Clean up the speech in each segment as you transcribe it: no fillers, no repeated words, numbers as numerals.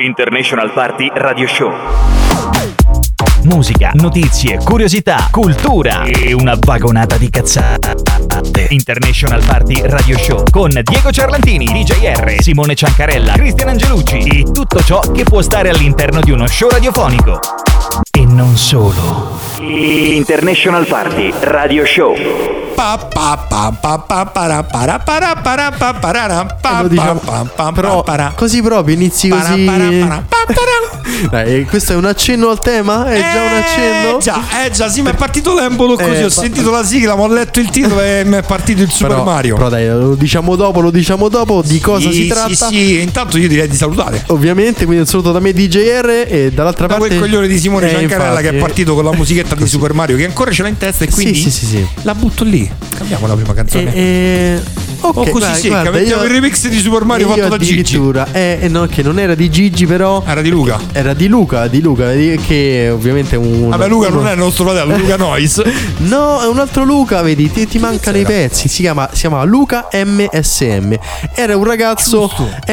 International Party Radio Show. Musica, notizie, curiosità, cultura e una vagonata di cazzate. International Party Radio Show con Diego Ciarlantini, DJ R, Simone Ciancarella, Cristian Angelucci e tutto ciò che può stare all'interno di uno show radiofonico. E non solo. International Party Radio Show. Lo diciamo, però così proprio inizi così. Dai, questo è un accenno al tema? È già un accenno? Già, sì, mi è partito l'embolo così. Ho sentito la sigla, mi ho letto il titolo e mi è partito il Super Mario. Però dai, lo diciamo dopo. Di cosa si tratta? Sì, intanto io direi di salutare. Ovviamente, quindi un saluto da me DJ R e dall'altra parte quel coglione di Simone Ciancarella che è partito con la musichetta di Super Mario che ancora ce l'ha in testa e quindi sì. La butto lì. Cambiamo la prima canzone. Ok, così secca, mettiamo il remix di Super Mario fatto da Gigi. No, che non era di Gigi, però era di Luca. Era di Luca, che ovviamente è un. Vabbè, Luca non è il nostro fratello, Luca Noise. No, è un altro Luca, vedi, ti mancano i pezzi. Si chiama Luca MSM. Era un ragazzo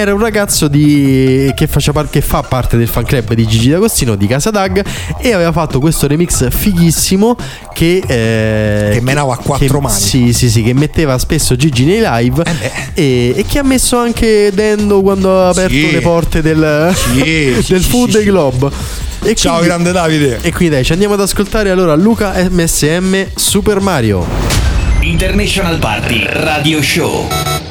che fa parte del fan club di Gigi D'Agostino di Casa Dag e aveva fatto questo remix fighissimo che menava a quattro mani. Sì, che metteva spesso Gigi nei live e che ha messo anche Dendo quando ha aperto le porte del Food Globe. E ciao quindi, grande Davide. E quindi dai, ci andiamo ad ascoltare allora Luca MSM Super Mario International Party Radio Show.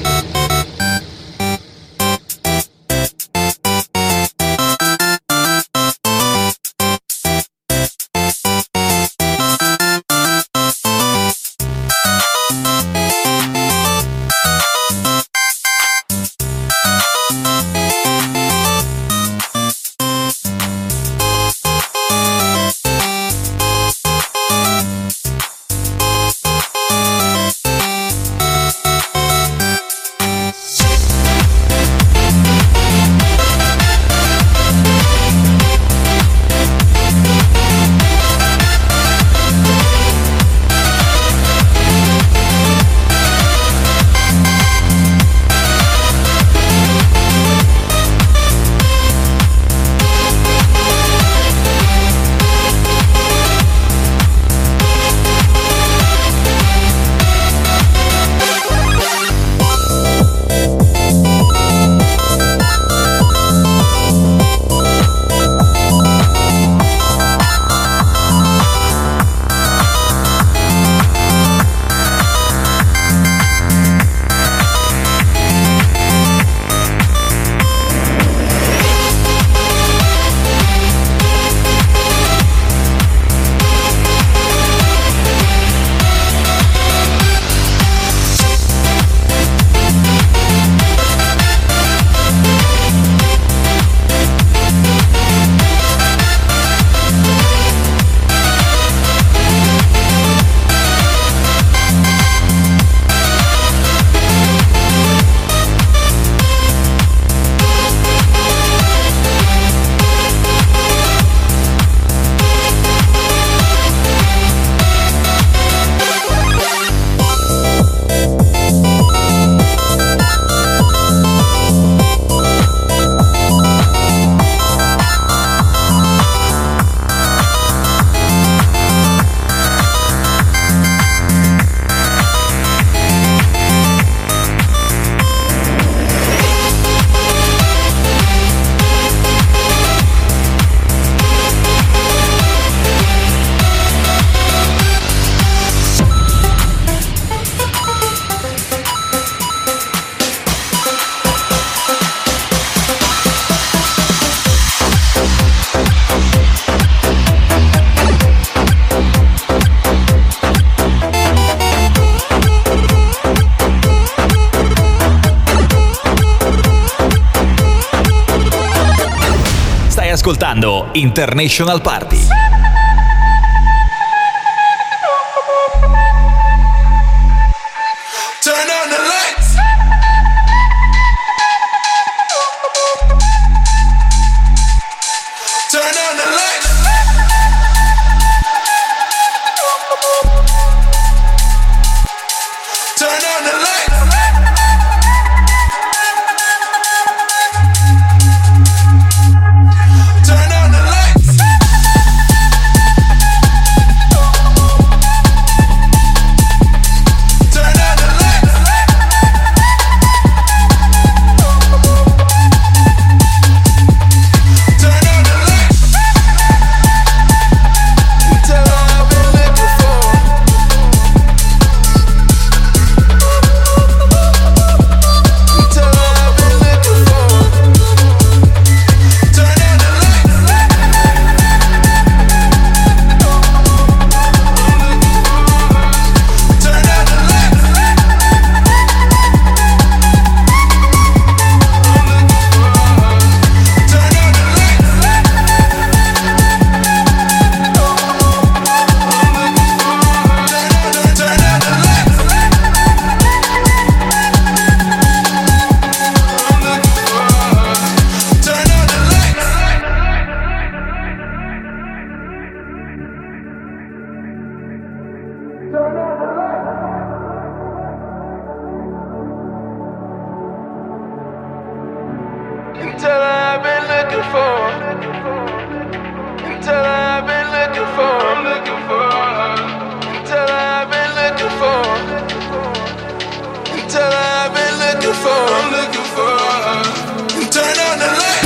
Ascoltando International Party. until I've been looking for, until I've been looking for, I'm looking for, until I've been looking for, until I've been looking for, I'm looking for, turn on the light.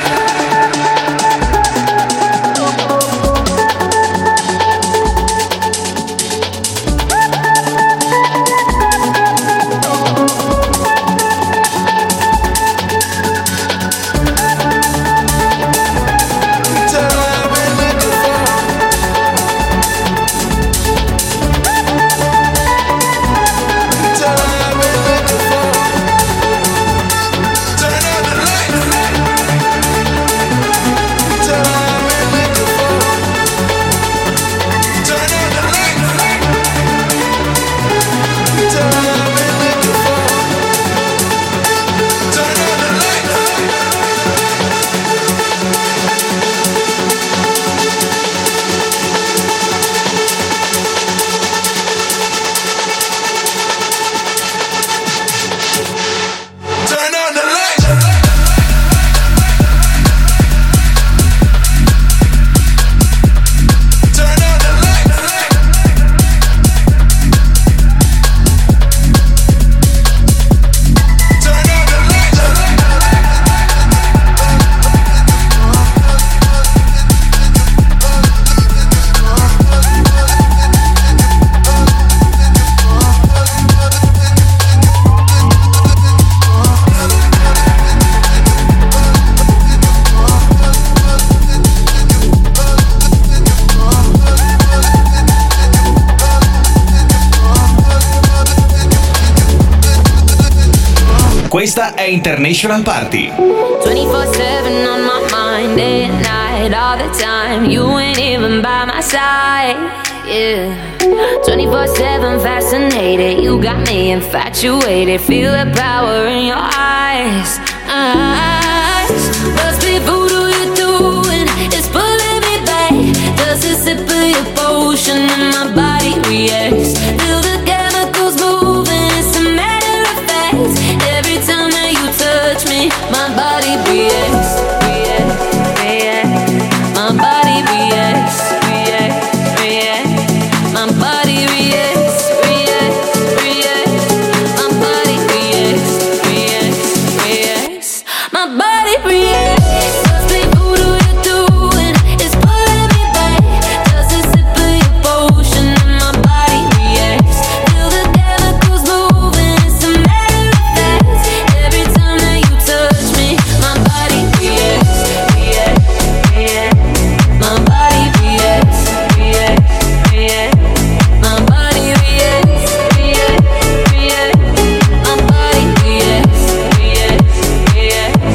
Questa è International Party. 24/7 on my mind, day and night, all the time. You ain't even by my side, yeah. 24/7 fascinated, you got me infatuated. Feel the power in your eyes. Must be voodoo you're doing, it's pulling me back. Just a sip of your potion and my body reacts. Feel the chemicals moving, it's a matter of fact. Every time that you touch me, my body reacts, reacts, reacts. My body reacts, reacts, reacts. My body reacts, reacts, reacts. My body reacts, reacts, reacts. My body reacts. Must be voodoo you're doing, it's pulling me back. Just a sip of your potion and my body reacts. Feel the chemicals moving, it's a matter of fact. Every time that you touch me, my body reacts, reacts, reacts. My body reacts, reacts, reacts. My body reacts, reacts, reacts. My body reacts, reacts, reacts.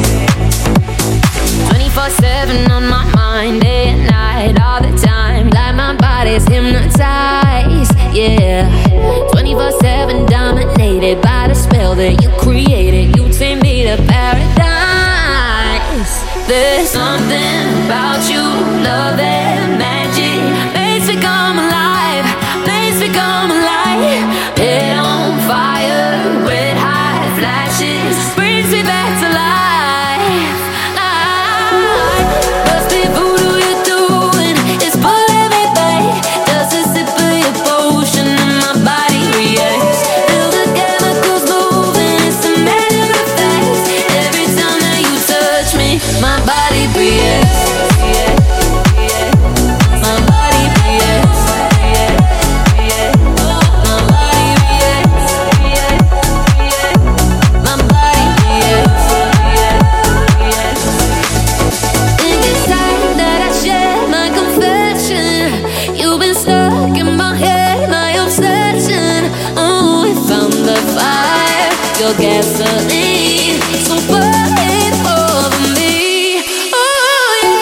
24/7 on my mind, day and night, all the time. Like my body's hypnotized, yeah. 24/7 dominated by the spell that you created. You take me to paradise. There's something about you, love and magic. Makes me come alive, makes me come alive. Head on fire, red hot flashes, brings me back to life. Must be voodoo you're doing, it's pulling me back. Just a sip of your potion and my body reacts. Feel the chemicals moving, it's a matter of fact. Every time that you touch me, my body reacts, reacts, reacts. My body reacts, reacts, reacts. My body reacts, reacts, reacts. My body reacts, reacts, reacts. Think it's time that I share my confession. You've been stuck in my head, my obsession. Oh, we found the fire, your gasoline. So burn it over me. Oh, yeah.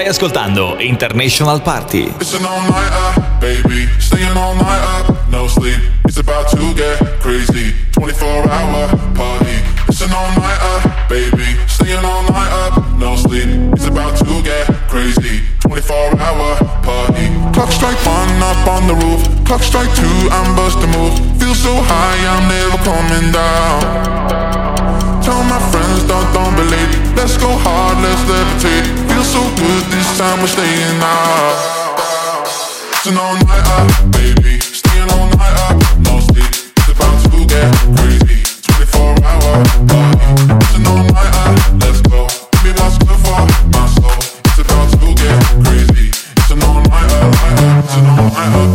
Stai ascoltando International Party. It's an all-nighter, baby. Staying all night up, no sleep. It's about to get crazy. 24-hour party. It's an all-nighter, baby. Staying all night up, no sleep. It's about to get crazy. 24-hour party. Clock strike 1 up on the roof. Clock strike 2, I'm busting moves. Feel so high, I'm never coming down. Tell my friends, don't believe. Let's go hard, let's levitate. Feel so good this time, we're staying out. It's an all-nighter, baby. Staying all night up, no sleep. It's about to get crazy. 24-hour party. It's an all-nighter, let's go. Give me what's good for my soul. It's about to get crazy. It's an all-nighter, it's an all-nighter.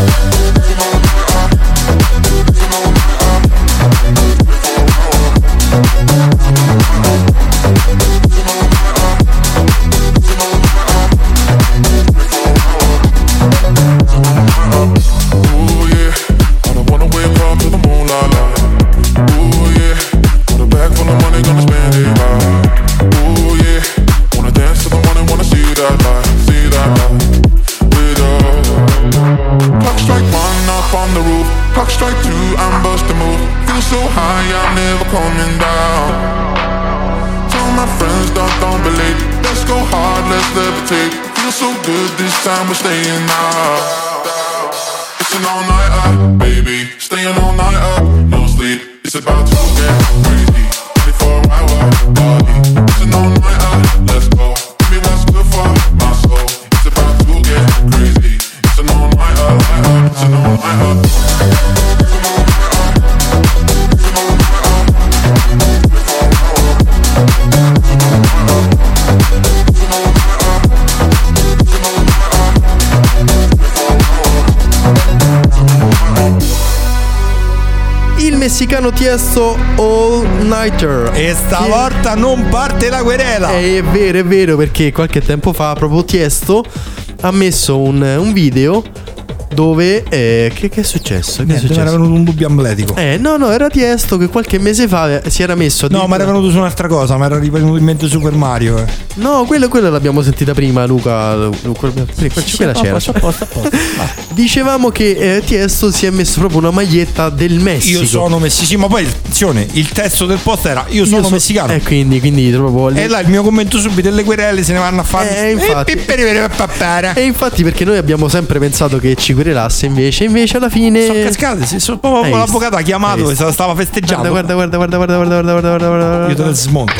We're staying out. It's an all-nighter, baby. Staying all night up, no sleep. It's about to get crazy. 24-hour party. It's an all-nighter, let's go. Give me what's good for my soul. It's about to get crazy. It's an all-nighter, it's an all-nighter. Messicano Tiesto All Nighter. E stavolta non parte la querela. È vero, perché qualche tempo fa proprio Tiesto ha messo un video dove che è successo? Che è successo? Era venuto un dubbio amletico. No, era Tiesto che qualche mese fa si era messo No, ma era venuto su un'altra cosa. Ma era venuto in mente Super Mario. No, quella l'abbiamo sentita prima, Luca. Quella c'era. Dicevamo che Tiesto si è messo proprio una maglietta del Messico. Io sono messicano. Ma poi attenzione, il testo del post era io sono messicano. Quindi proprio e là il mio commento subito, le querele se ne vanno a fare. E infatti perché noi abbiamo sempre pensato che ci querelasse, invece alla fine sono cascate. Proprio l'avvocato ha chiamato e stava festeggiando. Guarda. Io te la smonto.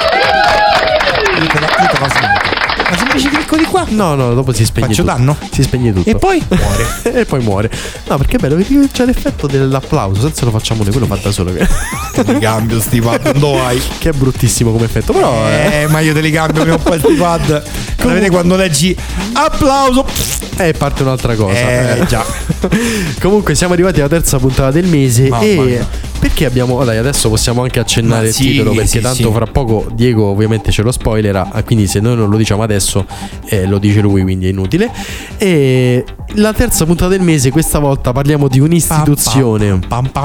Ma se invece clicco di qua? No, dopo si spegne. Faccio tutto. danno? Si spegne tutto. E poi muore. E poi muore. No, perché è bello, perché c'è l'effetto dell'applauso. Senza lo facciamo noi, quello fa da solo. Te li cambio sti pad, dove vai? Che è bruttissimo come effetto, però ma io te li cambio un po' sti pad. Vedete quando leggi applauso parte un'altra cosa. Già. Comunque siamo arrivati alla terza puntata del mese. Perché abbiamo adesso possiamo anche accennare il titolo, perché tanto fra poco Diego ovviamente ce lo spoilerà, quindi se noi non lo diciamo adesso lo dice lui, quindi è inutile. E la terza puntata del mese, questa volta parliamo di un'istituzione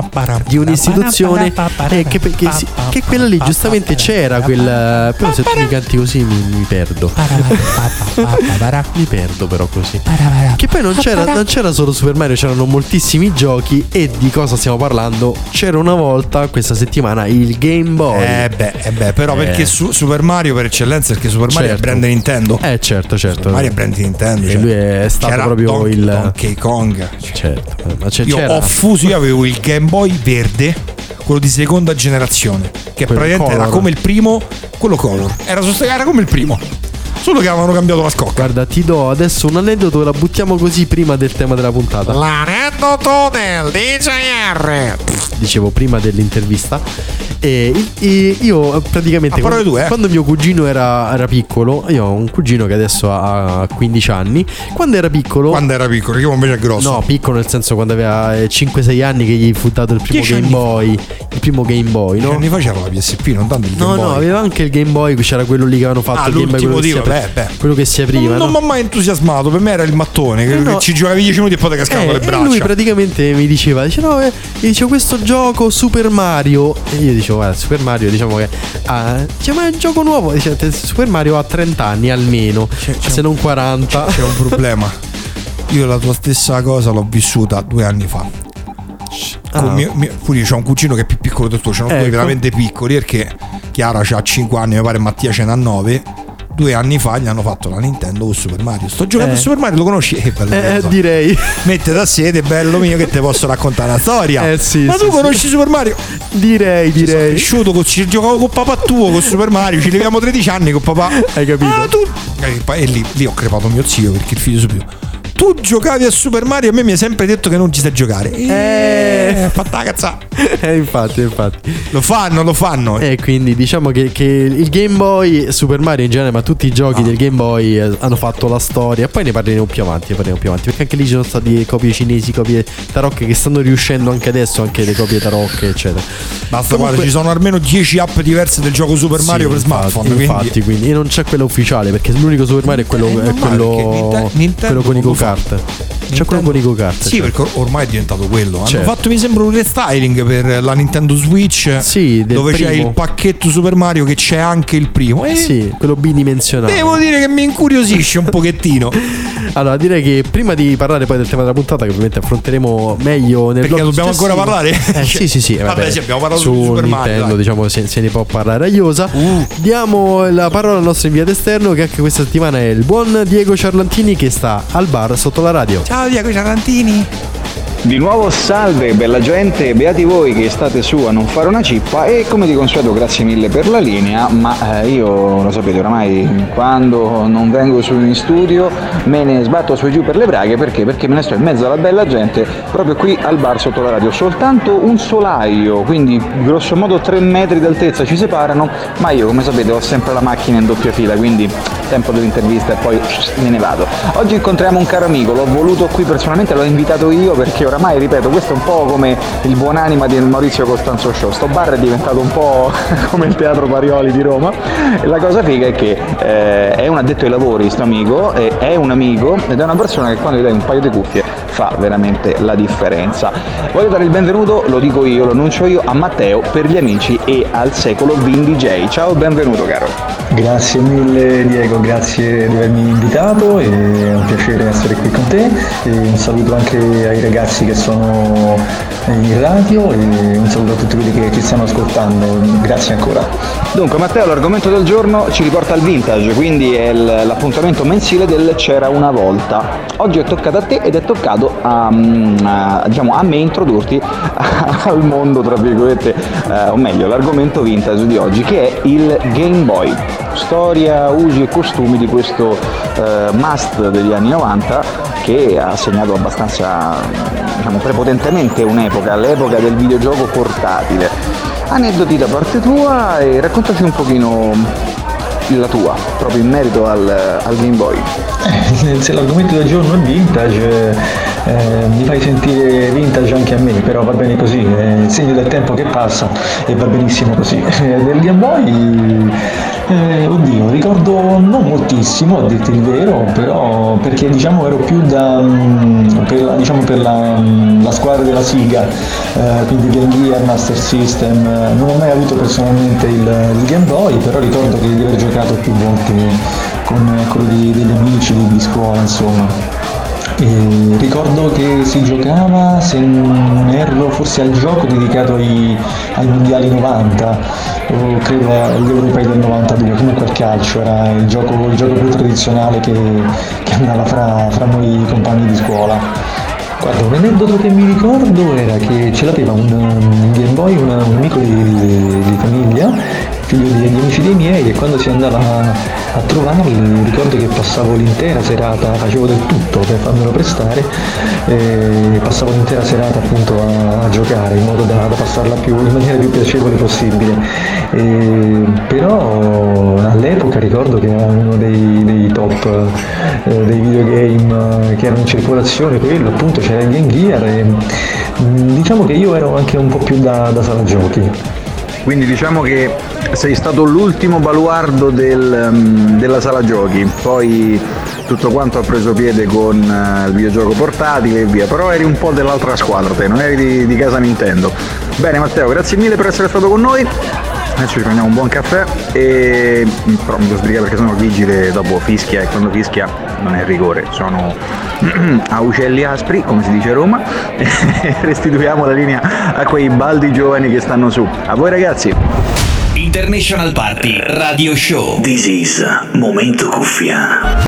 che quella lì giustamente c'era quel, però se tu mi canti così mi perdo. Mi perdo però così. Che poi non c'era solo Super Mario, c'erano moltissimi giochi. E di cosa stiamo parlando? C'era una volta questa settimana il Game Boy. Però perché Super Mario per eccellenza, perché Super Mario è brand Nintendo. Certo. Super Mario è brand Nintendo. E lui è stato proprio il Donkey Kong. Certo. Ma io avevo il Game Boy verde, quello di seconda generazione, che quello praticamente color. era come il primo, quello color. Era come il primo. Solo che avevano cambiato la scocca. Guarda, ti do adesso un aneddoto, la buttiamo così prima del tema della puntata. L'aneddoto del DJR. Dicevo prima dell'intervista. E io praticamente quando mio cugino era piccolo, io ho un cugino che adesso ha 15 anni. Quando era piccolo, io invece è grosso. No, piccolo nel senso quando aveva 5-6 anni che gli fu dato il primo Game Boy. Il primo Game Boy, no? Anni fa c'era la PSP, non tanto il Game Boy. No, aveva anche il Game Boy, c'era quello lì che avevano fatto il Game Boy, quello che si quello che si apriva. Non mi ha mai entusiasmato, per me era il mattone che ci giocavi 10 minuti e poi ti cascavano le braccia. E lui praticamente mi diceva, io dicevo questo gioco Super Mario, e io dicevo guarda, Super Mario diciamo che dice, ma è un gioco nuovo, dice, Super Mario ha 30 anni almeno, se non 40. C'è un problema. Io la tua stessa cosa l'ho vissuta 2 anni fa. Pure io c'ho un cugino che è più piccolo del tuo, c'erano due veramente piccoli, perché Chiara c'ha 5 anni, mi pare Mattia ce n'ha 9. 2 anni fa gli hanno fatto la Nintendo con Super Mario. Sto giocando a Super Mario, lo conosci? Direi. Mette da sede, bello mio, che te posso raccontare una storia. Ma tu conosci Super Mario? Direi. Sono cresciuto, ci giocavo con papà tuo con Super Mario, ci leviamo 13 anni con papà. Hai capito? E lì ho crepato mio zio, perché il figlio superiore. Tu giocavi a Super Mario, a me mi hai sempre detto che non ci sai giocare. Fatta la cazzata. Infatti. Lo fanno. E quindi diciamo che il Game Boy, Super Mario in genere, ma tutti i giochi del Game Boy hanno fatto la storia. E poi ne parleremo più avanti, perché anche lì ci sono stati copie cinesi, copie tarocche che stanno riuscendo anche adesso, anche le copie tarocche, eccetera. Basta, guarda, ci sono almeno 10 app diverse del gioco Super Mario per smartphone. Infatti, quindi e non c'è quello ufficiale, perché l'unico Super Mario è quello con i go-kart. C'è quello con i go-kart. Sì, perché ormai è diventato quello. Hanno Certo. fatto, mi sembra, un restyling per la Nintendo Switch. Sì, dove primo. c'è il pacchetto Super Mario, che c'è anche il primo. Sì, quello bidimensionale. Devo dire che mi incuriosisce un pochettino. Allora, direi che prima di parlare poi del tema della puntata, che ovviamente affronteremo meglio nel Perché dobbiamo ancora parlare? Sì. Vabbè, sì, abbiamo parlato su di Super Mario. Nintendo, diciamo, se ne può parlare a iosa. Diamo la parola al nostro inviato esterno, che anche questa settimana è il buon Diego Ciarlantini, che sta al bar sotto la radio. Ciao Diego Ciarlantini. Di nuovo salve bella gente, beati voi che state su a non fare una cippa, e come di consueto grazie mille per la linea, ma io lo sapete oramai, quando non vengo su in studio me ne sbatto su e giù per le braghe, perché me ne sto in mezzo alla bella gente proprio qui al bar sotto la radio. Soltanto un solaio, quindi grosso modo 3 metri d'altezza ci separano, ma io come sapete ho sempre la macchina in doppia fila, quindi tempo dell'intervista e poi me ne vado. Oggi incontriamo un caro amico, l'ho voluto qui personalmente, l'ho invitato io perché oramai, ripeto, questo è un po' come il buonanima di Maurizio Costanzo Show. Sto bar è diventato un po' come il Teatro Parioli di Roma, e la cosa figa è che è un addetto ai lavori sto amico, è un amico ed è una persona che quando gli dai un paio di cuffie fa veramente la differenza. Voglio dare il benvenuto, lo dico io, lo annuncio io, a Matteo per gli amici e al secolo Vin DJ. Ciao, benvenuto caro. Grazie mille Diego, grazie di avermi invitato, è un piacere essere qui con te, e un saluto anche ai ragazzi che sono in radio, e un saluto a tutti quelli che ci stanno ascoltando, grazie ancora. Dunque Matteo, l'argomento del giorno ci riporta al vintage, quindi è l'appuntamento mensile del C'era una volta. Oggi è toccato a te ed è toccato a me introdurti al mondo, tra virgolette, o meglio l'argomento vintage di oggi, che è il Game Boy. Storia, usi e costumi di questo must degli anni 90 che ha segnato abbastanza, prepotentemente un'epoca, l'epoca del videogioco portatile. Aneddoti da parte tua e raccontaci un pochino la tua, proprio in merito al Game Boy. Se l'argomento del giorno è vintage, mi fai sentire vintage anche a me, però va bene così, è il segno del tempo che passa e va benissimo così. Del Game Boy, oddio, ricordo non moltissimo, a dirti il vero, però perché ero più per la squadra della Sega, quindi Game Gear, Master System. Non ho mai avuto personalmente il Game Boy, però ricordo di aver giocato più volte con quello degli amici di scuola, insomma. E ricordo che si giocava, se non erro, forse al gioco dedicato ai mondiali 90, o credo agli europei del 92, comunque al calcio, era il gioco più tradizionale che andava fra noi compagni di scuola. Guarda, un aneddoto che mi ricordo era che ce l'aveva un Game Boy, un amico di famiglia, figlio degli amici dei miei, e quando si andava a trovarli ricordo che passavo l'intera serata, facevo del tutto per farmelo prestare, e passavo l'intera serata appunto a giocare in modo da passarla in maniera più piacevole possibile. Però all'epoca ricordo che era uno dei top dei videogame che erano in circolazione, quello appunto, c'era il Game Gear, e diciamo che io ero anche un po' più da sala giochi. Quindi diciamo che sei stato l'ultimo baluardo della sala giochi, poi tutto quanto ha preso piede con il videogioco portatile e via, però eri un po' dell'altra squadra te, non eri di casa Nintendo. Bene Matteo, grazie mille per essere stato con noi. Adesso ci prendiamo un buon caffè e però mi devo sbrigare perché sennò vigile dopo fischia, e quando fischia non è rigore, sono a uccelli aspri, come si dice a Roma. Restituiamo la linea a quei baldi giovani che stanno su. A voi ragazzi. International Party Radio Show. This is Momento Cuffia.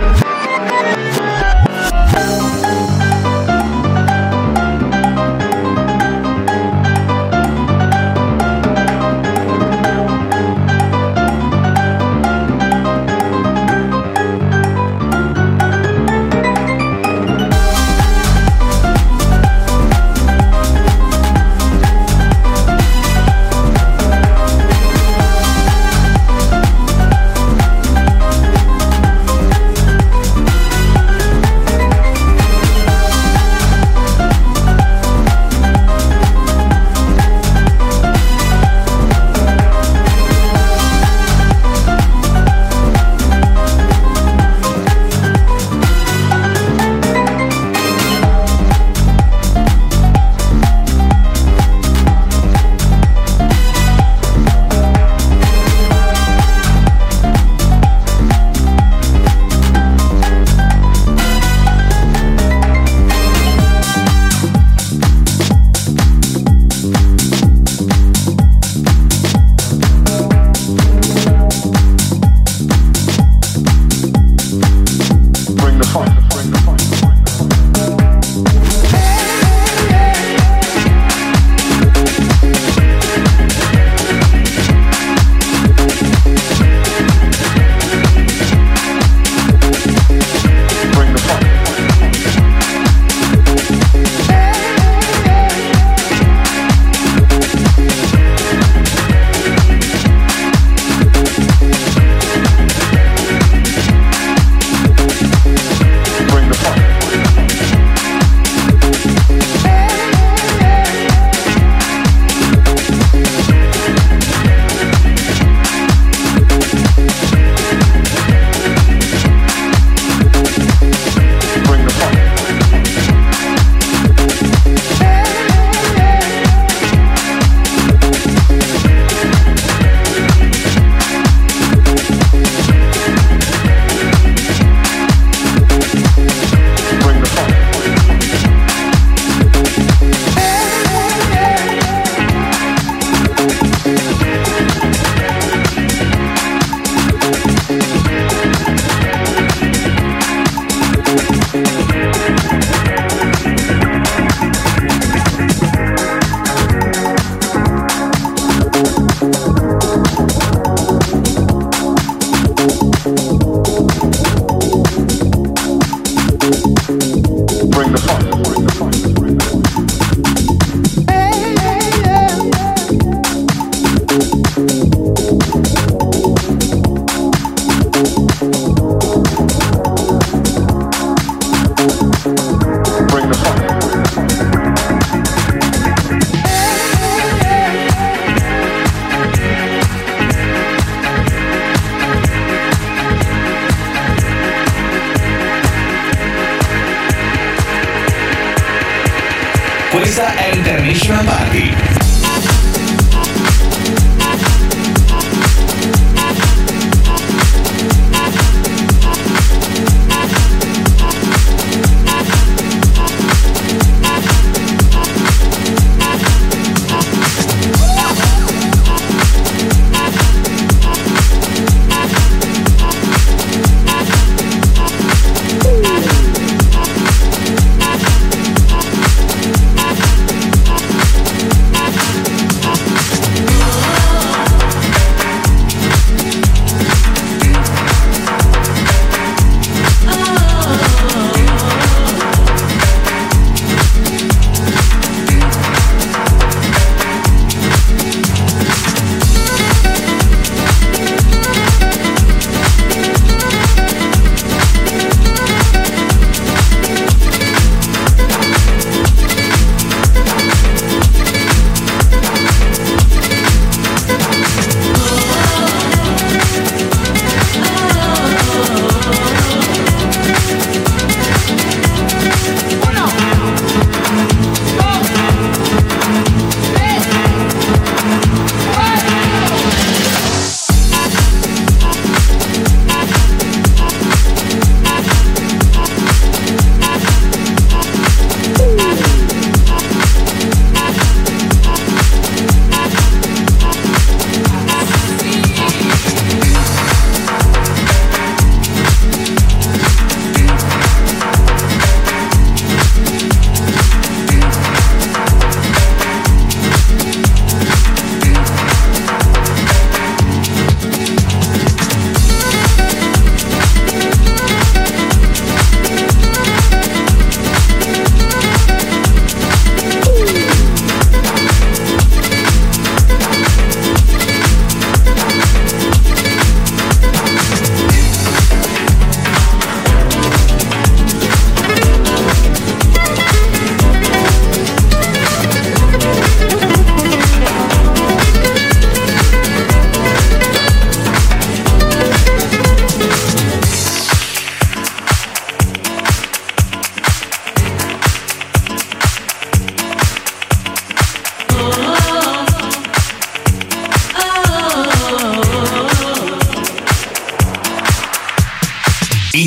Questa è International Party.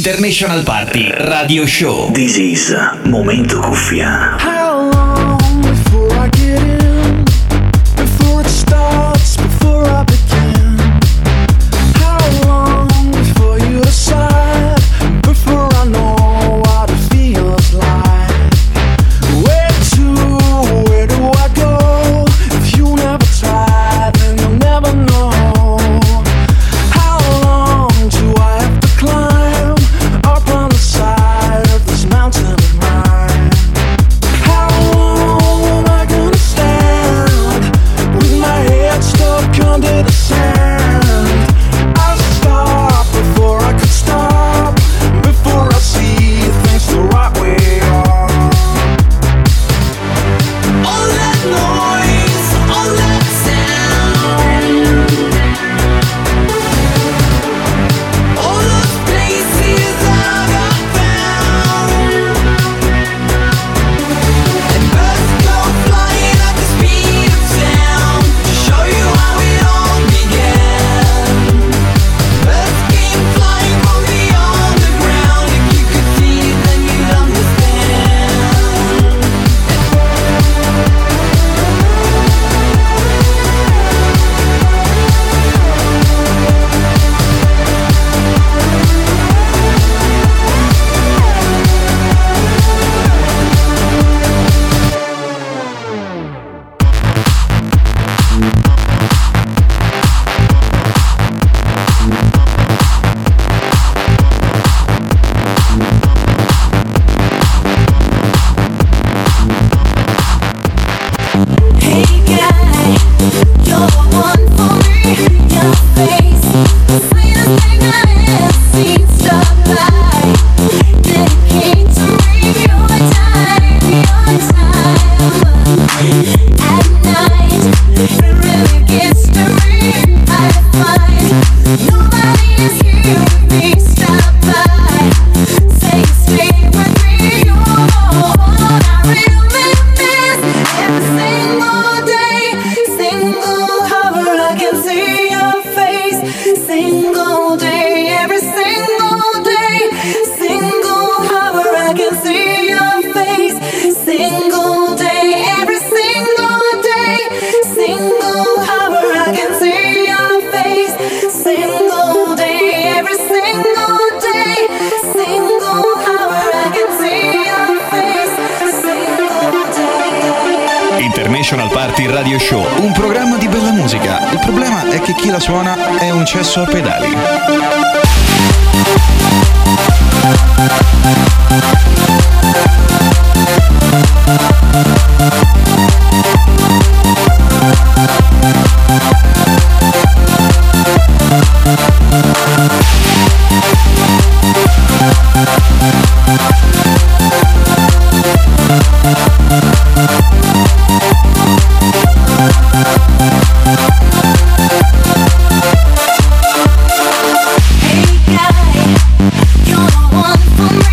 International Party Radio Show. This is Momento Cuffia. How long before I get in? Before it starts, before I begin? How long before you decide? Before I know what it feels like? Where do I go? If you never try, then you'll never know. How long do I have to climb up on the side of this mountain of mine? How long am I gonna stand with my head stuck under the sand? I'll stop before I could stop, before I see things the right way are. All that noise, all that sound, all those places I got found, and birds go flying at the speed of sound to show you how it all began. Birds came flying from beyond the ground. If you could see it, then you'd understand. Hey guy, you're the one for me. Your face, the sweetest thing I ever seen. Stop by, dedicate to me your time, At night, it really gets to me. I find nobody is here with me. Stop by, say stay with me. You're all I really miss. Every single day, single hour, I can see your face. Single day, every single day, single hour, I can see your face. Single day, every single day, single hour, I can see your face. Single day, every single day, single hour, I can see your face. Single day. International Party Radio Show, un programma di bella musica. Il problema è che chi la suona è un cesso a pedali. Hey guy, you're the one for me.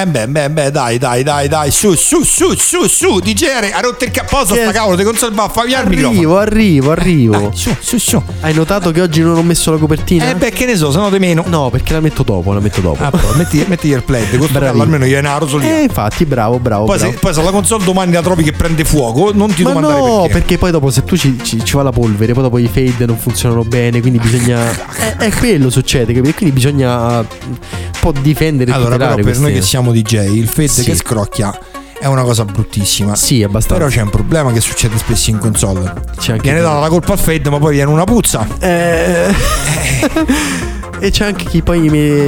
dai, su, DJR, ha rotto il posa sta cavolo, ti conserva a fare il microfono. Arrivo. Dai, su. Hai notato che oggi non ho messo la copertina? Che ne so, se no di meno. No, perché la metto dopo. Metti il plaid, questo almeno io ne rosolino. Infatti, bravo. Poi se la console domani la trovi che prende fuoco, non ti domandare perché. No, perché poi dopo se tu ci va la polvere, poi dopo i fade non funzionano bene, quindi bisogna è quello succede, capito? Quindi bisogna un po' difendere e allora, tutelare però per noi che siamo DJ, il fade Sì. che scrocchia è una cosa bruttissima. Sì, abbastanza. Però c'è un problema che succede spesso in console. C'è anche viene data la colpa al fade, ma poi viene una puzza. E c'è anche chi poi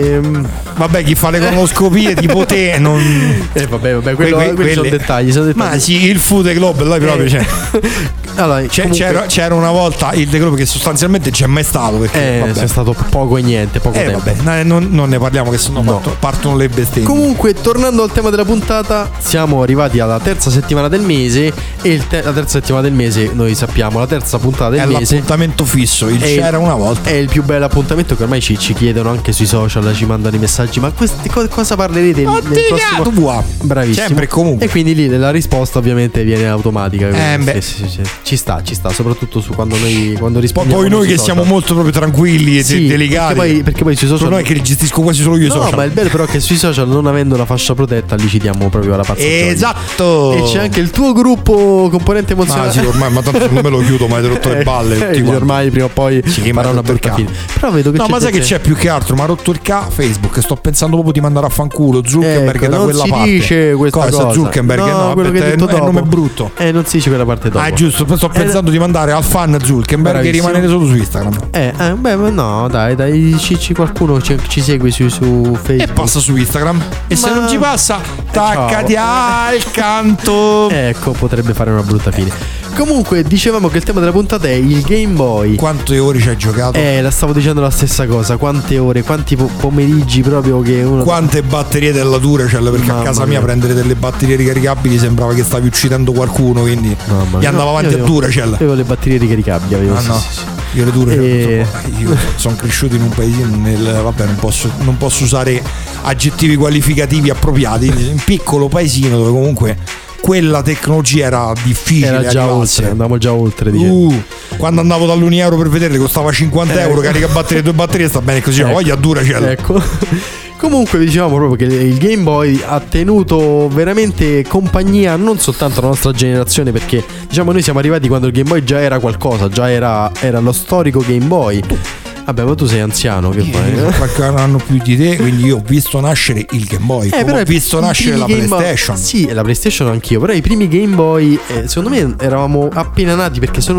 vabbè, chi fa le colonoscopie tipo te non. Vabbè, quelli sono dettagli. Ma sì, il Food Globe là proprio c'è. Allora, c'era una volta il The Globe che sostanzialmente c'è mai stato perché c'è stato poco e niente, poco tempo. Vabbè, non ne parliamo che sennò partono le bestemmie. Comunque, tornando al tema della puntata, siamo arrivati alla terza settimana del mese e la terza settimana del mese, noi sappiamo, la terza puntata del mese è l'appuntamento fisso, c'era una volta. È il più bello appuntamento che ormai ci chiedono anche sui social, ci mandano i messaggi. Ma cosa parlerete nel prossimo? Bravissimo. Sempre e comunque. E quindi lì la risposta ovviamente viene automatica. Sì. Ci sta, soprattutto su quando rispondiamo. Poi noi che siamo molto proprio tranquilli e delicati. Perché poi sui social. Sono noi che li gestisco quasi solo io i social. No, ma il bello però è che sui social, non avendo la fascia protetta, lì ci diamo proprio la pazzaglia. Esatto. E c'è anche il tuo gruppo componente emozionale. Ma sì, ormai, ma tanto non me lo chiudo, ma hai rotto le balle. Ormai prima o poi farà una brutta fine. Però vedo che ma sai che c'è più che altro? Ma ha rotto il Facebook. Sto pensando proprio di mandare a fanculo Zuckerberg da quella parte. Non si dice questa cosa. Zuckerberg, no, quello che hai detto dopo. È un nome brutto. Non si dice quella parte dopo. Giusto. Sto pensando di mandare al fan Zuckerberg e rimanere solo su Instagram. No, dai, qualcuno ci segue su Facebook. E passa su Instagram. E se non ci passa, taccati al canto. Ecco, potrebbe fare una brutta fine. Comunque, dicevamo che il tema della puntata è il Game Boy. Quante ore ci hai giocato? La stavo dicendo la stessa cosa. Quante ore, quanti pomeriggi proprio che uno. Quante batterie della dura c'è? Perché a casa mia prendere delle batterie ricaricabili sembrava che stavi uccidendo qualcuno, quindi gli andava avanti a dura. Avevo le batterie ricaricabili. Io le dure. Io sono cresciuto in un paesino. Vabbè, non posso usare aggettivi qualificativi appropriati. In un piccolo paesino dove comunque quella tecnologia era difficile. Era già oltre, andavamo già oltre. Quando andavo dall'1 € per vederle costava 50 euro. Carica batterie, 2 batterie, sta bene così. Voglia dura c'è. Ecco. Comunque dicevamo proprio che il Game Boy ha tenuto veramente compagnia non soltanto alla nostra generazione, perché diciamo noi siamo arrivati quando il Game Boy già era qualcosa, già era lo storico Game Boy. Vabbè, ma tu sei anziano, che fai? Qualche anno più di te, quindi io ho visto nascere il Game Boy, ho visto nascere la PlayStation. Sì, la PlayStation anch'io, però i primi Game Boy secondo me eravamo appena nati, perché sono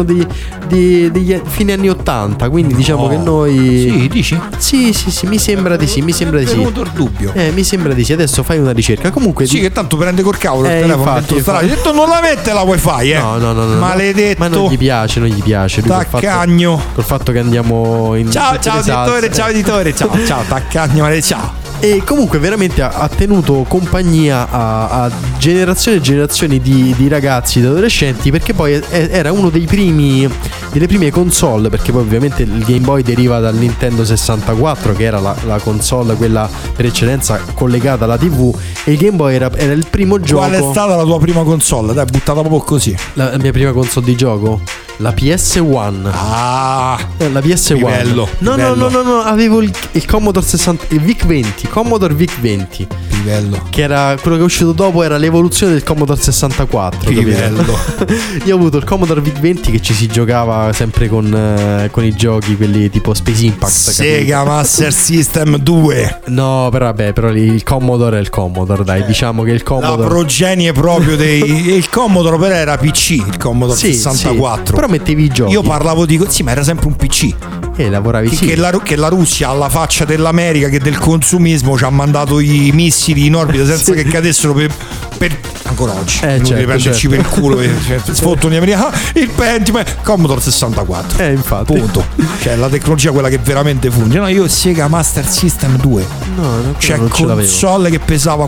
degli fine anni 80, quindi diciamo che noi. Sì, dici? Sì, mi sembra di sì, Ho avuto il dubbio. Mi sembra di sì, adesso fai una ricerca. Comunque sì, che tanto prende col cavolo il telefono. Infatti. Hai detto non la mette la wifi, No. Maledetto. Ma non gli piace. Taccagno. Col fatto che andiamo in. Ciao editore, ciao, taccagno, ciao. E comunque veramente ha tenuto compagnia a generazioni e generazioni di ragazzi, di adolescenti, perché poi era uno delle prime console, perché poi ovviamente il Game Boy deriva dal Nintendo 64, che era la console quella per eccellenza collegata alla TV, e il Game Boy era il primo gioco. Qual è stata la tua prima console? Dai, buttata proprio così. La mia prima console di gioco? La PS1. La PS1. Livello. No, avevo il Commodore 60, il VIC-20, Commodore VIC-20. Livello. Che era quello che è uscito dopo, era l'evoluzione del Commodore 64. Livello. Io ho avuto il Commodore VIC-20 che ci si giocava sempre con i giochi, quelli tipo Space Impact. Sega Master System 2. No, però il Commodore è il Commodore, dai, diciamo che il Commodore. La progenie proprio il Commodore però era PC, il Commodore 64. Però mettevi i giochi. Io parlavo di sì, ma era sempre un PC. E lavoravi che la Russia, alla faccia dell'America che del consumismo, ci ha mandato i missili in orbita senza che cadessero per ancora oggi. Prenderci per il culo. Sfottono gli americani. Il Pentium Commodore 64. Infatti. Punto. Cioè la tecnologia quella che veramente funziona. Io Sega Master System 2. Cioè console che pesava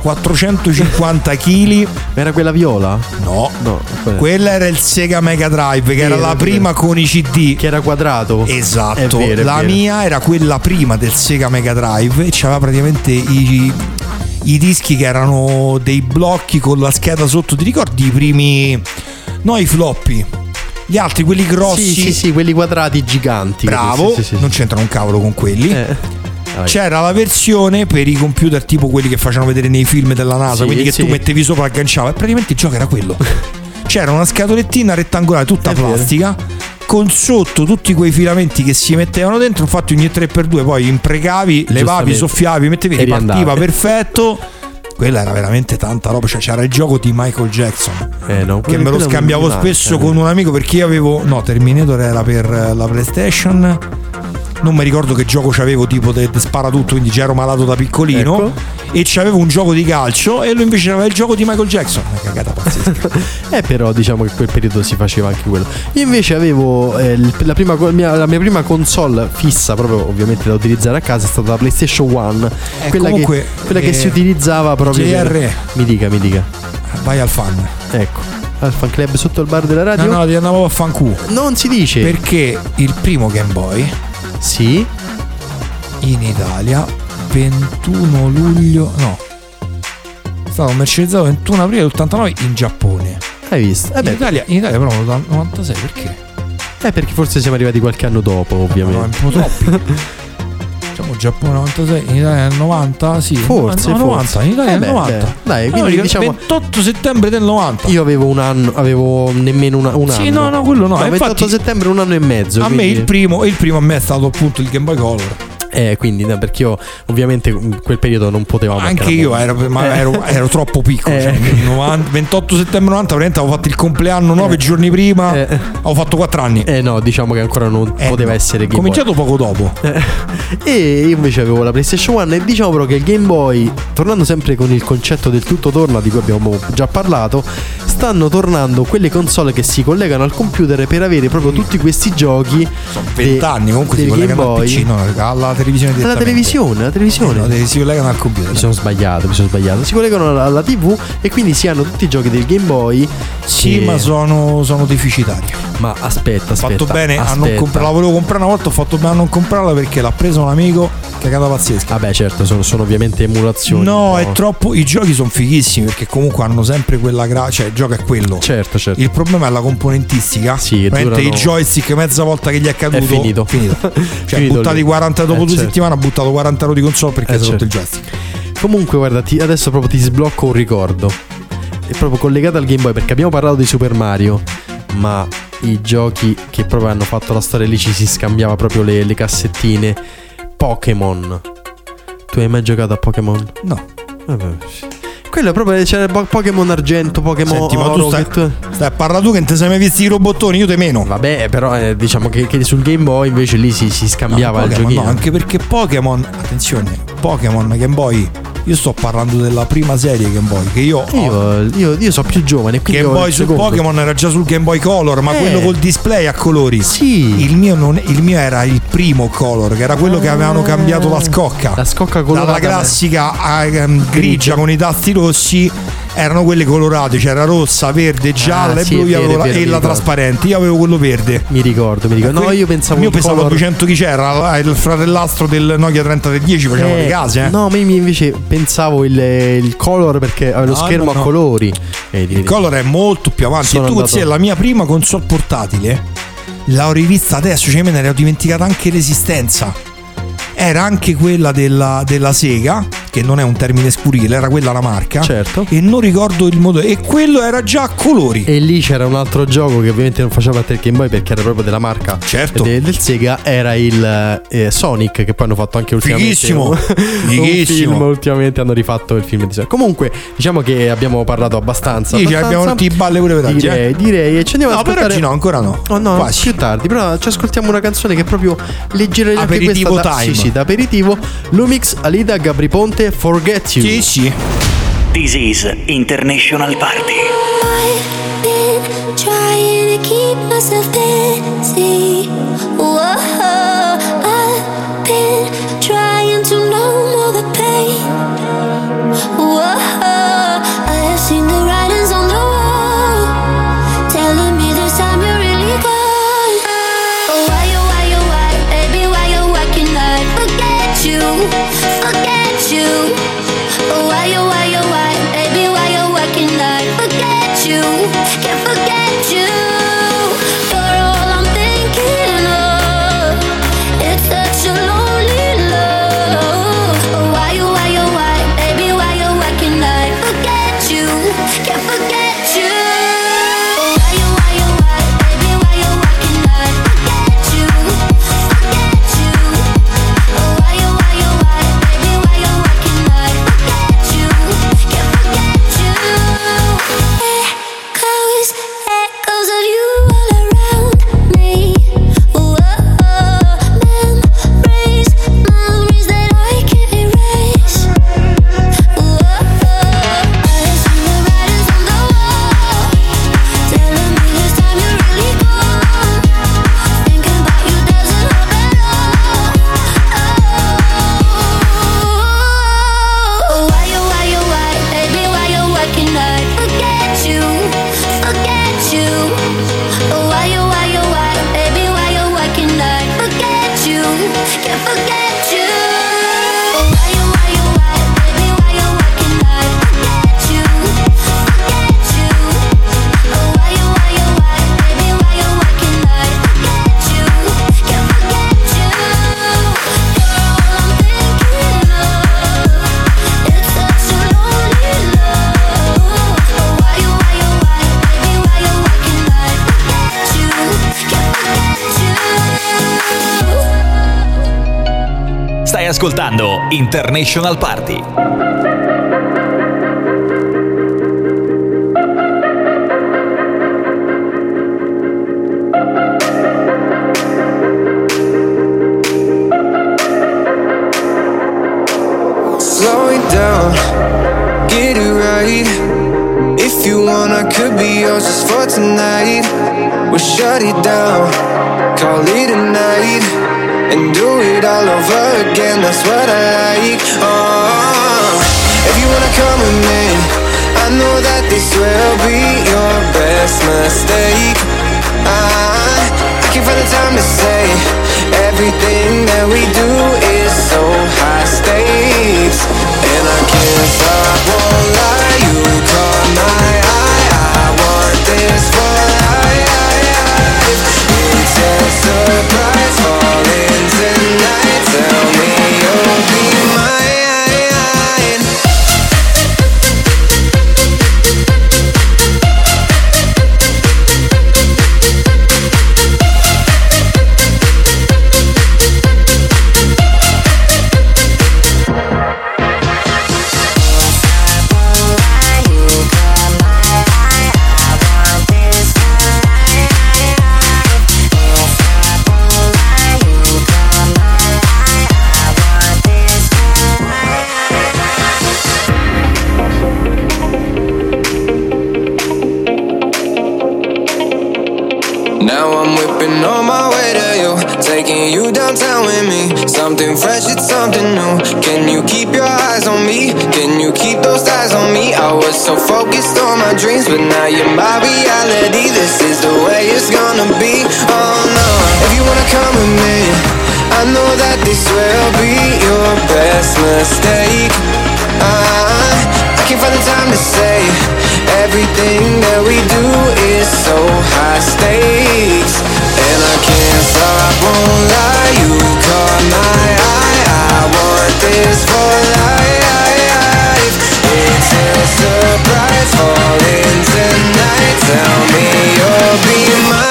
450 kg. Era quella viola? No. Quella era il Sega Mega Drive, che era la prima con i CD. Che era quadrato. Esatto. La mia era quella prima del Sega Mega Drive e c'aveva praticamente i i dischi che erano dei blocchi con la scheda sotto. Ti ricordi i primi? No, i floppy. Gli altri, quelli grossi. Sì, quelli quadrati giganti. Bravo, sì. non c'entra un cavolo con quelli. C'era la versione per i computer tipo quelli che facevano vedere nei film della NASA, quindi che tu mettevi sopra e agganciava, e praticamente il gioco era quello. C'era una scatolettina rettangolare tutta plastica con sotto tutti quei filamenti che si mettevano dentro. Infatti ogni 3x2 poi impregavi, levavi, soffiavi, mettevi, ripartiva perfetto. Quella era veramente tanta roba. Cioè c'era il gioco di Michael Jackson, che me lo scambiavo spesso con un amico, perché io avevo Terminator era per la PlayStation. Non mi ricordo che gioco c'avevo, tipo de spara tutto, quindi già ero malato da piccolino, e c'avevo un gioco di calcio, e lui invece aveva il gioco di Michael Jackson. Una cagata pazzesca. Però diciamo che quel periodo si faceva anche quello. Io invece avevo la mia prima console fissa, proprio ovviamente da utilizzare a casa, è stata la PlayStation 1, quella che si utilizzava proprio mi dica vai al fan, ecco, al fan club sotto il bar della radio. No, ti andavo a fanculo. Non si dice, perché il primo Game Boy in Italia 21 luglio è stato commercializzato 21 aprile 89 in Giappone. Hai visto? In Italia però dal 96. Perché? Perché forse siamo arrivati qualche anno dopo, ovviamente. È un po' troppi. Diciamo Giappone 96, in Italia nel 90, sì. Forse 90, in Italia nel 90. Dai, quindi diciamo 28 settembre del 90. Io avevo un anno, nemmeno un anno. Sì, no, quello no. 28 settembre, un anno e mezzo. A me il primo a me è stato appunto il Game Boy Color. Quindi perché io ovviamente in quel periodo non potevamo. Anche io ero troppo piccolo. 28 settembre 90, veramente avevo fatto il compleanno 9 giorni prima. Avevo fatto 4 anni. No, diciamo che ancora non poteva essere Game Boy. Cominciato poco dopo. E io invece avevo la PlayStation 1, e diciamo però che il Game Boy, tornando sempre con il concetto del tutto torna, di cui abbiamo già parlato, stanno tornando quelle console che si collegano al computer per avere proprio tutti questi giochi. Sono 20 anni comunque si collegano al PC, alla televisione direttamente. La televisione. Si collegano al computer. Mi sono sbagliato. Si collegano alla TV, e quindi si hanno tutti i giochi del Game Boy. Sì, ma sono deficitari. Ma aspetta. Ho fatto bene a non comprarla. La volevo comprare una volta, ho fatto bene a non comprarla perché l'ha preso un amico. Cagata pazzesca. Vabbè, certo, sono ovviamente emulazioni. No, è troppo. I giochi sono fighissimi perché comunque hanno sempre quella cioè il gioco è quello. Certo. Il problema è la componentistica. Sì, il joystick mezza volta che gli è caduto è finito. Cioè buttati 40 dopo 2 settimane, ha buttato 40 euro di console perché si è rotto il joystick. Comunque guarda, adesso proprio ti sblocco un ricordo. È proprio collegato al Game Boy, perché abbiamo parlato di Super Mario, ma i giochi che proprio hanno fatto la storia, lì ci si scambiava proprio le cassettine. Pokémon. Tu hai mai giocato a Pokémon? No. Vabbè. Quello proprio c'era Pokémon Argento, Pokémon Senti, Oro. Ma tu stai a parlare tu che non ti sei mai visti i robottoni, io te meno. Vabbè, però diciamo che sul Game Boy invece lì si scambiava il giochino. No, anche perché Pokémon, attenzione, Pokémon Game Boy, io sto parlando della prima serie Game Boy che io sono più giovane, quindi Game Boy su Pokémon era già sul Game Boy Color, ma quello col display a colori. Sì. Il mio era il primo Color, che era quello che avevano cambiato la scocca colorata, dalla classica grigia con i tasti rossi. Erano quelle colorate, c'era rossa, verde, gialla e blu. E la trasparente. Io avevo quello verde. Mi ricordo. No, io pensavo. Io pensavo a 200 chi c'era, il fratellastro del Nokia 3310, facevano le case. No, ma io invece pensavo il Color, perché aveva lo schermo a colori. Il Color è molto più avanti. E tu consideri la mia prima console portatile, l'ho rivista adesso, cioè me ne ero dimenticata anche l'esistenza. Era anche quella della Sega, che non è un termine scurile, era quella la marca. Certo. E non ricordo il modello. E quello era già a colori. E lì c'era un altro gioco che ovviamente non faceva parte del Game Boy perché era proprio della marca. Certo. Del Sega. Era il Sonic, che poi hanno fatto anche ultimamente. Fighissimo. Un film. Ultimamente hanno rifatto il film di Sonic. Comunque, diciamo che abbiamo parlato abbastanza. Sì, abbiamo tutti i balle pure per oggi. Direi. E ci andiamo ad ascoltare. Per oggi no, ancora no. Oh, no, quasi. Più tardi. Però ci ascoltiamo una canzone che è proprio leggera. Aperitivo questa time. Sì, da aperitivo. Lumix, Alida, Gabri Ponte, Forget You. Sì. This is International Party. I've been trying to keep myself busy. Whoa, I've been trying to numb all the pain. Whoa, I have seen the writings on the wall, telling me this time you're really gone. Oh, why, baby, why can I forget you? Oh, why Stai ascoltando International Party. Slow it down, get it right. If you want, I could be yours just for tonight. We'll shut it down, call it a night, and do it all over again, that's what I like. If you wanna come with me, I know that this will be your best mistake. I can't find the time to say everything that we do is so high stakes, and I can't stop, won't lie. You caught my eye, I want this for life. It's a surprise, falling tonight. Tell me you'll be mine. Taking you downtown with me. Something fresh, it's something new. Can you keep your eyes on me? Can you keep those eyes on me? I was so focused on my dreams, but now you're my reality. This is the way it's gonna be. Oh no, if you wanna come with me, I know that this will be your best mistake. I can't find the time to say everything that we do is so high stakes, and I can't stop, won't lie. You caught my eye, I want this for life. It's a surprise, falling tonight. Tell me you'll be mine.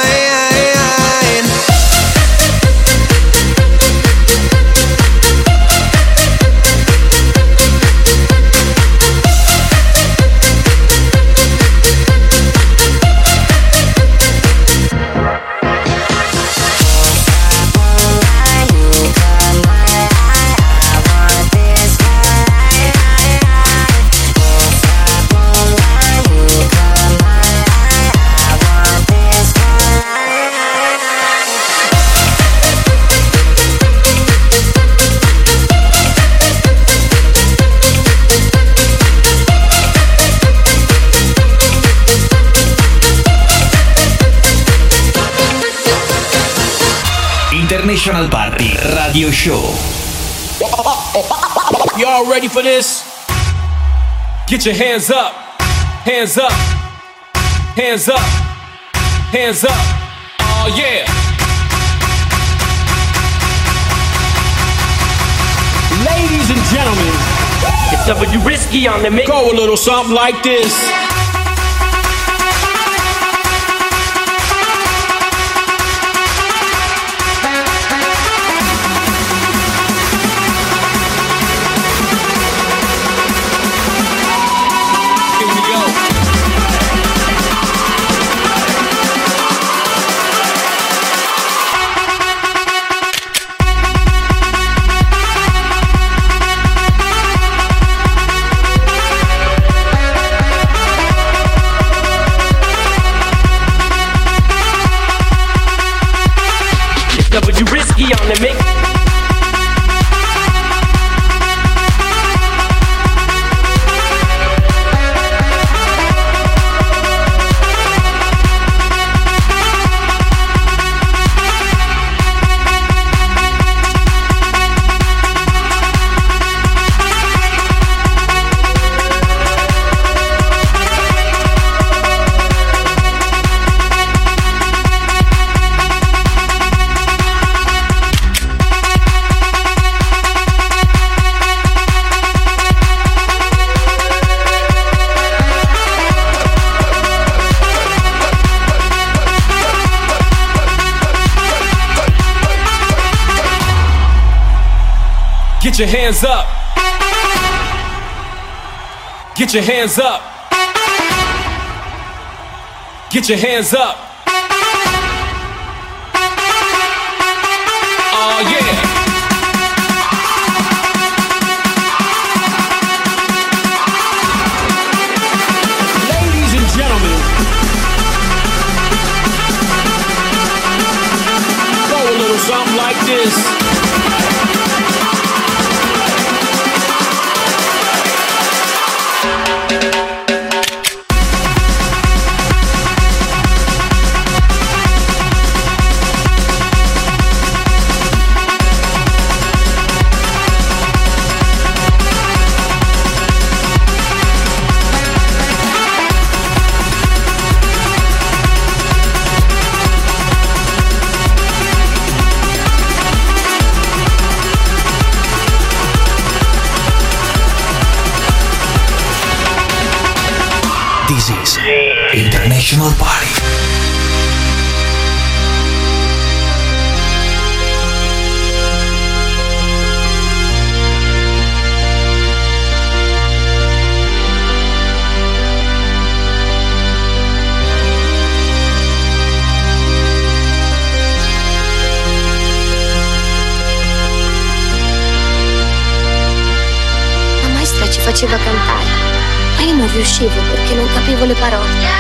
International Party Radio Show. Y'all ready for this? Get your hands up, hands up, hands up, hands up. Oh yeah. Ladies and gentlemen, it's W-Risky on the mix. Go a little something like this. Get your hands up. Get your hands up. Get your hands up. Oh yeah. Ladies and gentlemen, go a little something like this. This is International Party. La maestra ci faceva cantare, ma io non riuscivo perché non capivo le parole.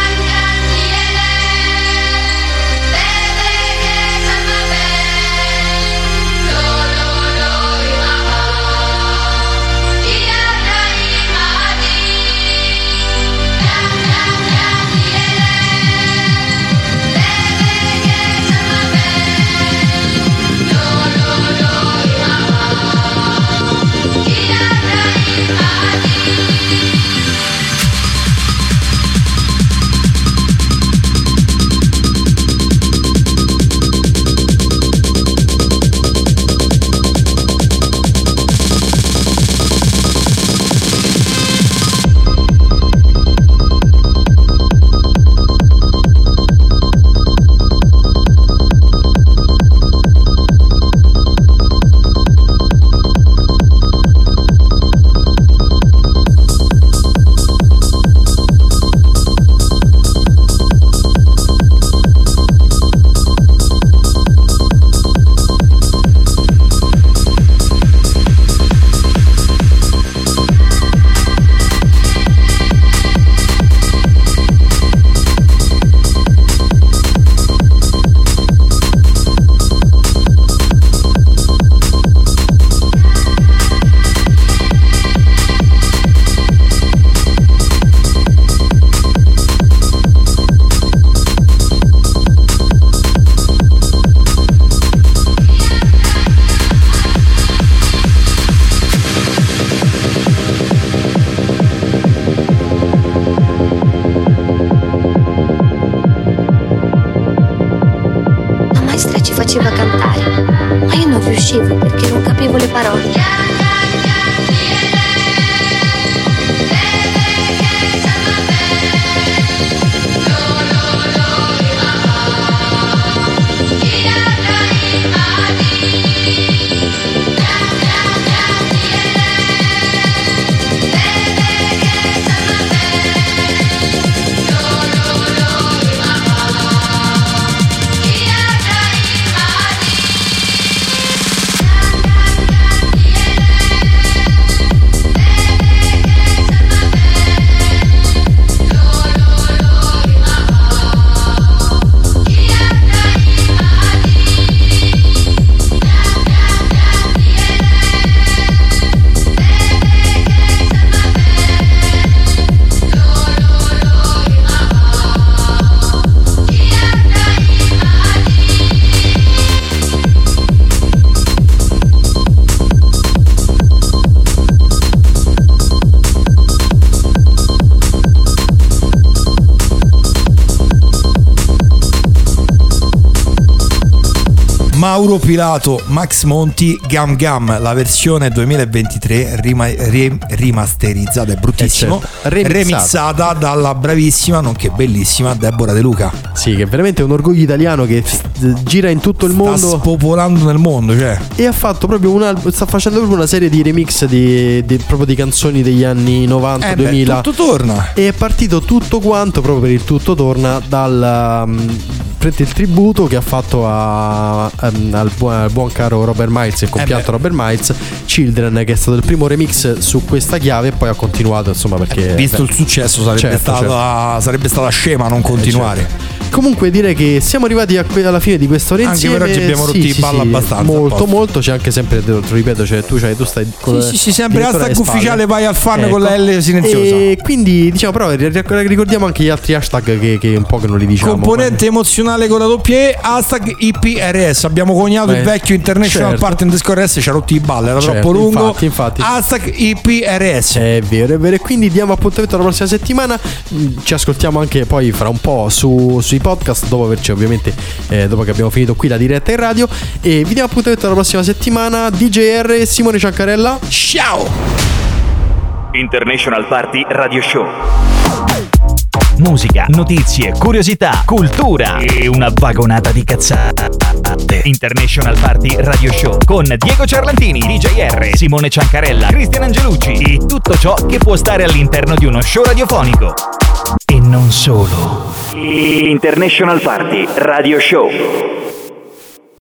Faceva cantare, ma io non riuscivo perché non capivo le parole. Yeah. Mauro Pilato, Max Monti, Gam Gam, la versione 2023 rimasterizzata, è bruttissimo, remixata dalla bravissima nonché bellissima Deborah De Luca. Sì, che è veramente un orgoglio italiano che gira in tutto il mondo, sta spopolando nel mondo, cioè. E ha fatto proprio sta facendo proprio una serie di remix proprio di canzoni degli anni 90, 2000. Tutto torna. E è partito tutto quanto proprio per il tutto torna dal il tributo che ha fatto al buon caro Robert Miles, il compianto Robert Miles, Children, che è stato il primo remix su questa chiave, e poi ha continuato, insomma, perché visto il successo sarebbe stata scema non continuare. Certo. Comunque direi che siamo arrivati alla fine di questa ora insieme. Anche per oggi abbiamo rotti i balla abbastanza. Molto. C'è anche sempre, te lo ripeto, cioè tu stai con sempre hashtag ufficiale vai al fan con la L silenziosa. E quindi diciamo, però ricordiamo anche gli altri hashtag che un po' che non li diciamo. Componente emozionale con la doppia E, hashtag IPRS. Abbiamo coniato il vecchio International Party Underscore S, ci ha rotti i balli, era troppo lungo. Infatti. Hashtag IPRS. È vero. E quindi diamo appuntamento alla prossima settimana. Ci ascoltiamo anche poi fra un po' sui podcast, dopo averci ovviamente dopo che abbiamo finito qui la diretta in radio, e vi diamo appuntamento alla prossima settimana. DJR e Simone Ciancarella, ciao. International Party Radio Show. Musica, notizie, curiosità, cultura e una vagonata di cazzate. International Party Radio Show con Diego Ciarlantini, DJR, Simone Ciancarella, Cristian Angelucci e tutto ciò che può stare all'interno di uno show radiofonico. E non solo. International Party Radio Show.